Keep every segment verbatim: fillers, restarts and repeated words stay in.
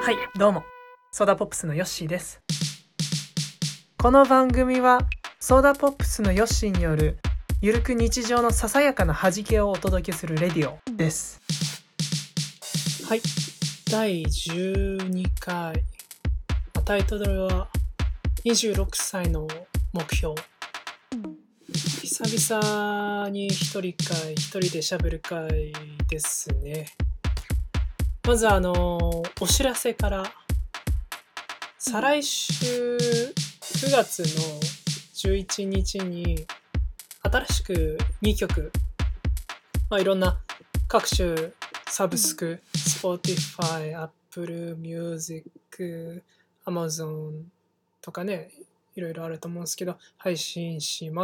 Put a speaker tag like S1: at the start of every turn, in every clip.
S1: はい、どうも。ソーダポップスのヨッシーです。この番組はソーダポップスのヨッシーによるゆるく日常のささやかな弾けをお届けするレディオです。はい、だいじゅうにかい。タイトルはにじゅうろくさいの目標。久々に一人会、一人で喋る会ですね。まずあのお知らせから。再来週くがつのじゅういちにちに新しくにきょく、まあ、いろんな各種サブスク Spotify、Apple Music、Amazon とかね、いろいろあると思うんですけど配信します。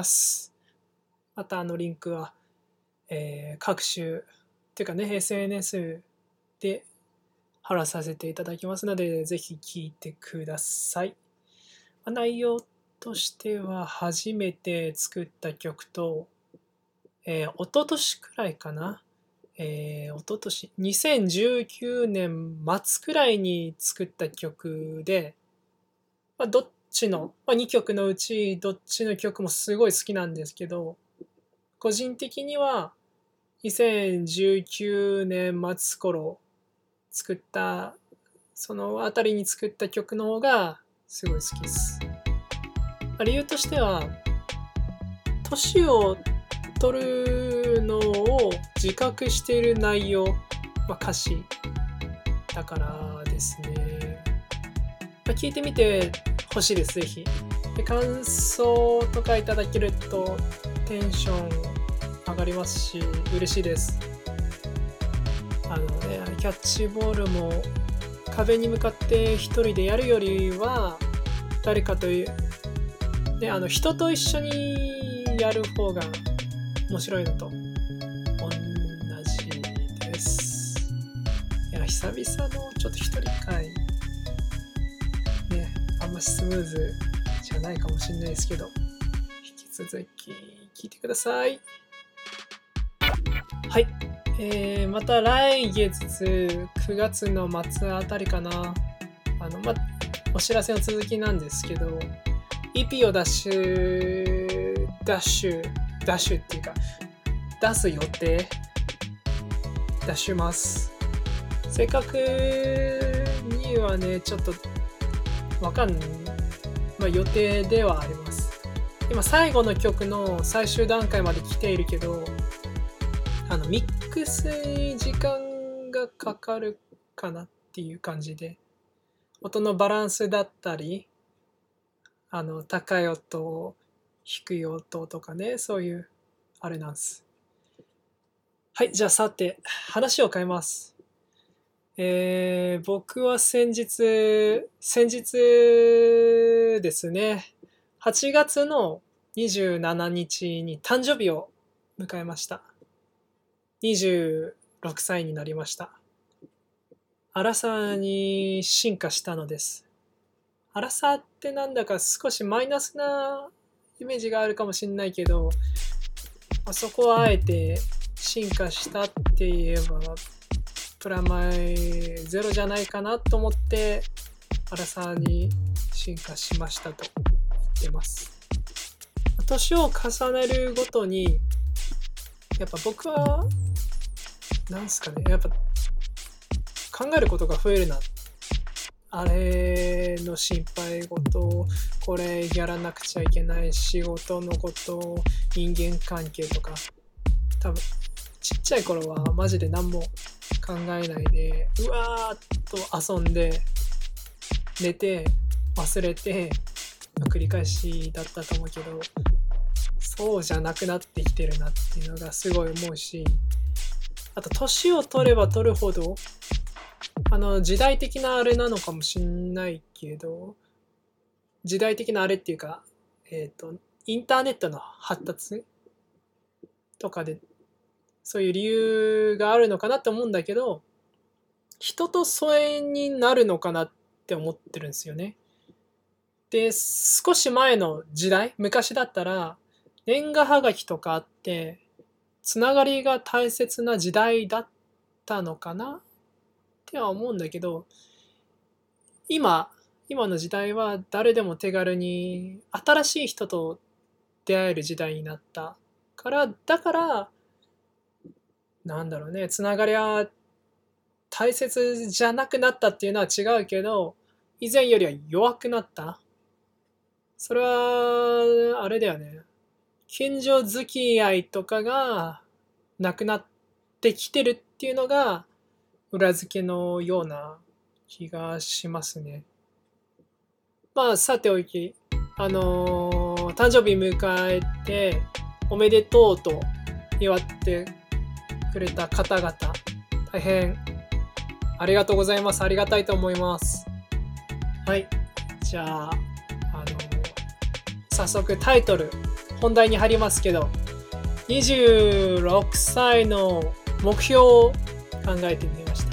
S1: またあのリンクは、えー、各種っていうかね エスエヌエス で貼らさせていただきますので、ぜひ聞いてください。内容としては、初めて作った曲と、えー、一昨年くらいかな、えー、一昨年、にせんじゅうきゅうねん末くらいに作った曲で、まあ、どっちの、まあ、にきょくのうちどっちの曲もすごい好きなんですけど、個人的にはにせんじゅうきゅうねん末頃作ったそのあたりに作った曲の方がすごい好きです。理由としては年を取るのを自覚している内容、まあ、歌詞だからですね。まあ、聞いてみてほしいです。ぜひで感想とかいただけるとテンション上がりますし嬉しいです。あのね、キャッチボールも壁に向かって一人でやるよりは誰かという、ね、あの人と一緒にやる方が面白いのと同じです。いや久々のちょっと一人会ね、あんまスムーズじゃないかもしれないですけど、引き続き聞いてください。はい。えー、また来月くがつの末あたりかな、あの、ま、お知らせの続きなんですけど イーピー を出しダッシュダッシュっていうか出す予定出します。正確にはねちょっとわかんない、まあ、予定ではあります。今最後の曲の最終段階まで来ているけど、あのミックスに時間がかかるかなっていう感じで、音のバランスだったり、あの高い音低い音とかね、そういうあれなんです。はい、じゃあさて話を変えます。えー、僕は先日先日ですね、はちがつのにじゅうしちにちに誕生日を迎えました。にじゅうろくさいになりました。アラサーに進化したのです。アラサーってなんだか少しマイナスなイメージがあるかもしれないけど、あそこはあえて進化したって言えばプラマイゼロじゃないかなと思ってアラサーに進化しましたと言ってます。年を重ねるごとにやっぱ僕はなんすかね、やっぱ考えることが増えるな。あれの心配事、これやらなくちゃいけない仕事のこと、人間関係とか、多分ちっちゃい頃はマジで何も考えないでうわーっと遊んで寝て忘れての繰り返しだったと思うけど、そうじゃなくなってきてるなっていうのがすごい思うし、あと年を取れば取るほどあの時代的なあれなのかもしんないけど、時代的なあれっていうか、えっとインターネットの発達とかでそういう理由があるのかなって思うんだけど、人と疎遠になるのかなって思ってるんですよね。で、少し前の時代、昔だったら年賀はがきとかあってつながりが大切な時代だったのかなっては思うんだけど、 今、今の時代は誰でも手軽に新しい人と出会える時代になったから、だから、なんだろうね、つながりは大切じゃなくなったっていうのは違うけど、以前よりは弱くなった。それは、あれだよね。近所付き合いとかがなくなってきてるっていうのが裏付けのような気がしますね。まあ、さておき、あのー誕生日迎えておめでとうと祝ってくれた方々、大変ありがとうございます。ありがたいと思います。はい。じゃあ、あの早速タイトル、本題に入りますけど、にじゅうろくさいの目標を考えてみました。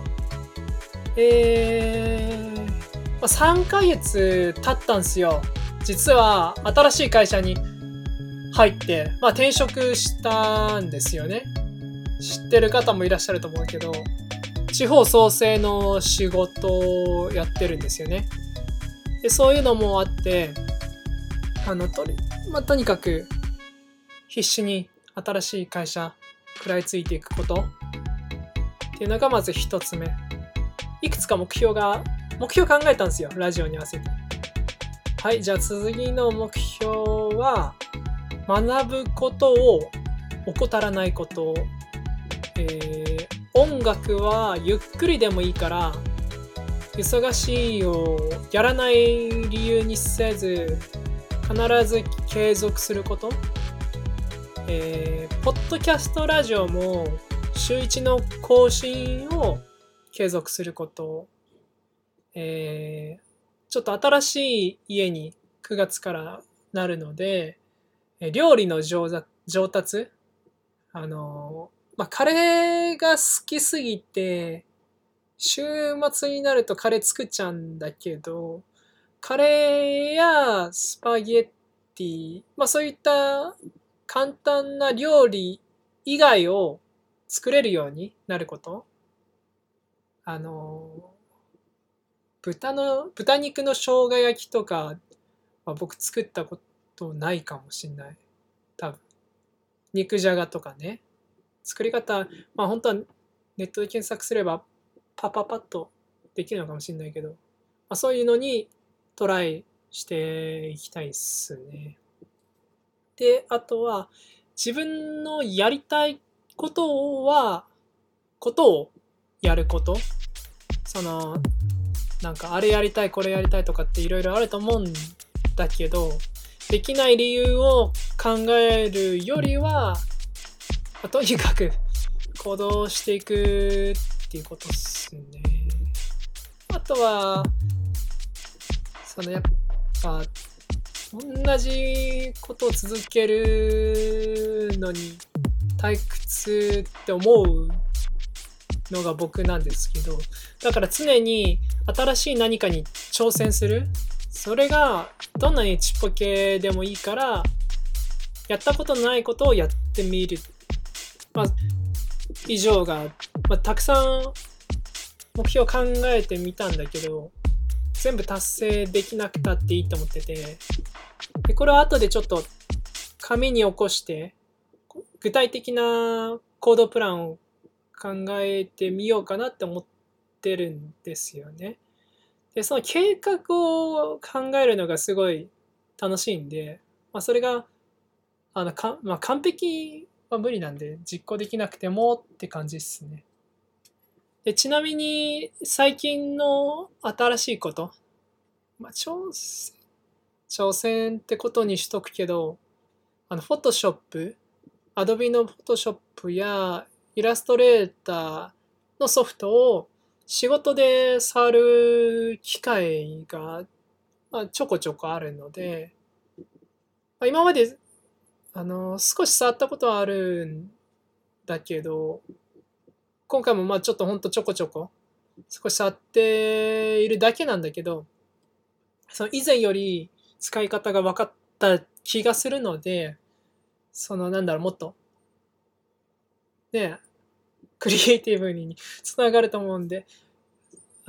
S1: えー、さんかげつ経ったんすよ。実は新しい会社に入って、まあ、転職したんですよね。知ってる方もいらっしゃると思うけど、地方創生の仕事をやってるんですよね。でそういうのもあって、あのとり、まあ、とにかく必死に新しい会社食らいついていくことっていうのがまず一つ目。いくつか目標が目標考えたんですよ、ラジオに合わせて。はい、じゃあ次の目標は学ぶことを怠らないこと。えー、音楽はゆっくりでもいいから忙しいをやらない理由にせず必ず継続すること。えー、ポッドキャストラジオも週いちの更新を継続すること。えー、ちょっと新しい家にくがつからなるので、料理の上達、あのまあ、カレーが好きすぎて週末になるとカレー作っちゃうんだけど、カレーやスパゲッティ、まあそういった簡単な料理以外を作れるようになること。あの豚の豚肉の生姜焼きとかは僕作ったことないかもしんない。多分肉じゃがとかね、作り方、まあ本当はネットで検索すればパパパッとできるのかもしれないけど、まあ、そういうのにトライしていきたいっすね。で、あとは自分のやりたいことは、ことをやること。その、なんかあれやりたい、これやりたいとかっていろいろあると思うんだけど、できない理由を考えるよりは、まあ、とにかく行動していくっていうことっすね。あとは、そのやっぱ、同じことを続けるのに退屈って思うのが僕なんですけど、だから常に新しい何かに挑戦する。それがどんなにちっぽけでもいいから、やったことのないことをやってみる。まあ、以上が、まあ、たくさん目標を考えてみたんだけど、全部達成できなくたっていいと思ってて、でこれは後でちょっと紙に起こして具体的な行動プランを考えてみようかなって思ってるんですよね。でその計画を考えるのがすごい楽しいんで、まあ、それがあのか、まあ、完璧は無理なんで実行できなくてもって感じですね。でちなみに最近の新しいこと、まあ、挑戦挑戦ってことにしとくけど、あのフォトショップ、アドビのフォトショップやイラストレーターのソフトを仕事で触る機会が、まあ、ちょこちょこあるので、まあ、今まであの少し触ったことはあるんだけど、今回もまあちょっとほんとちょこちょこ少し触っているだけなんだけど、その以前より使い方が分かった気がするので、そのなんだろう、もっとねクリエイティブにつながると思うんで、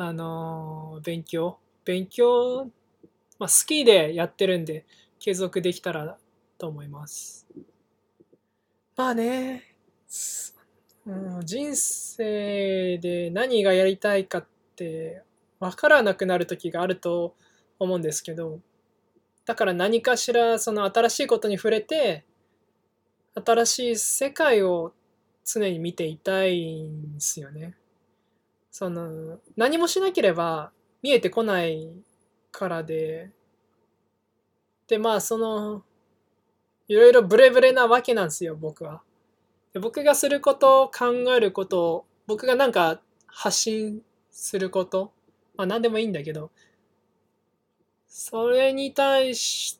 S1: あのー勉強勉強、まあ、好きでやってるんで継続できたらと思います。まあね、すうん、人生で何がやりたいかって分からなくなる時があると思うんですけど、だから何かしらその新しいことに触れて、新しい世界を常に見ていたいんですよね。その何もしなければ見えてこないからで、でまあそのいろいろブレブレなわけなんですよ、僕は。で僕がすること、考えること、僕がなんか発信すること、まあ何でもいいんだけど、それに対して、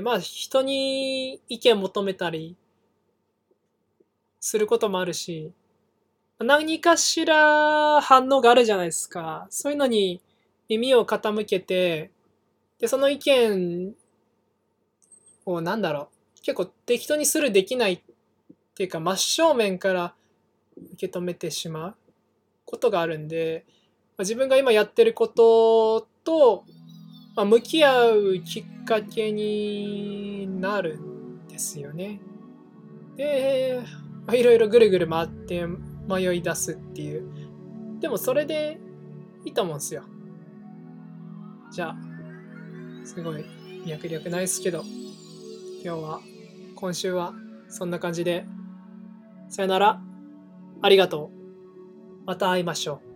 S1: まあ人に意見求めたりすることもあるし、何かしら反応があるじゃないですか。そういうのに耳を傾けて、で、その意見をなんだろう、結構適当にするできないっていうか、真正面から受け止めてしまうことがあるんで、まあ自分が今やってることと、まあ、向き合うきっかけになるんですよね。で、まあいろいろぐるぐる回って迷い出すっていう。でもそれでいいと思うんですよ。じゃあ、すごい脈略ないですけど、今日は、今週はそんな感じで、さよなら、ありがとう。また会いましょう。